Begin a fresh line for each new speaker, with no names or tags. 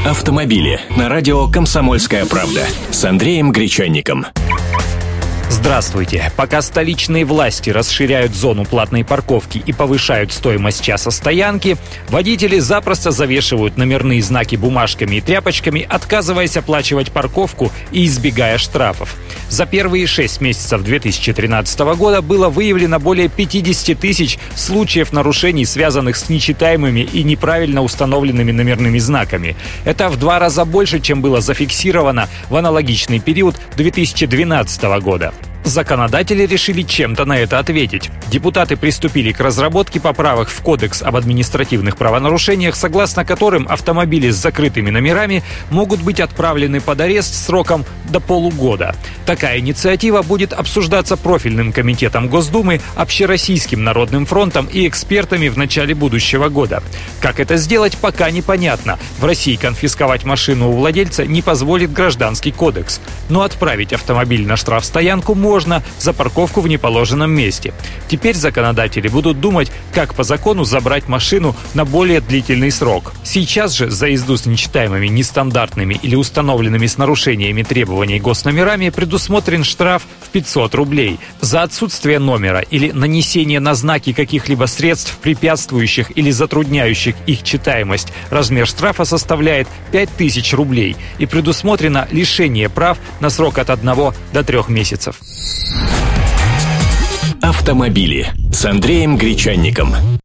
Автомобили на радио «Комсомольская правда» с Андреем Гречанником.
Здравствуйте. Пока столичные власти расширяют зону платной парковки и повышают стоимость часа стоянки, водители запросто завешивают номерные знаки бумажками и тряпочками, отказываясь оплачивать парковку и избегая штрафов. За первые 6 месяцев 2013 года было выявлено более 50 тысяч случаев нарушений, связанных с нечитаемыми и неправильно установленными номерными знаками. Это в 2 раза больше, чем было зафиксировано в аналогичный период 2012 года. Законодатели решили чем-то на это ответить. Депутаты приступили к разработке поправок в Кодекс об административных правонарушениях, согласно которым автомобили с закрытыми номерами могут быть отправлены под арест сроком до полугода. Такая инициатива будет обсуждаться профильным комитетом Госдумы, Общероссийским народным фронтом и экспертами в начале будущего года. Как это сделать, пока непонятно. В России конфисковать машину у владельца не позволит Гражданский кодекс. Но отправить автомобиль на штрафстоянку можно за парковку в неположенном месте. Теперь законодатели будут думать, как по закону забрать машину на более длительный срок. Сейчас же за езду с нечитаемыми, нестандартными или установленными с нарушениями требований госномерами предусмотрен штраф в 500 рублей. За отсутствие номера или нанесение на знаки каких-либо средств, препятствующих или затрудняющих их читаемость, размер штрафа составляет 5000 рублей и предусмотрено лишение прав на срок от 1 до 3 месяцев.
Автомобили с Андреем Гречанником.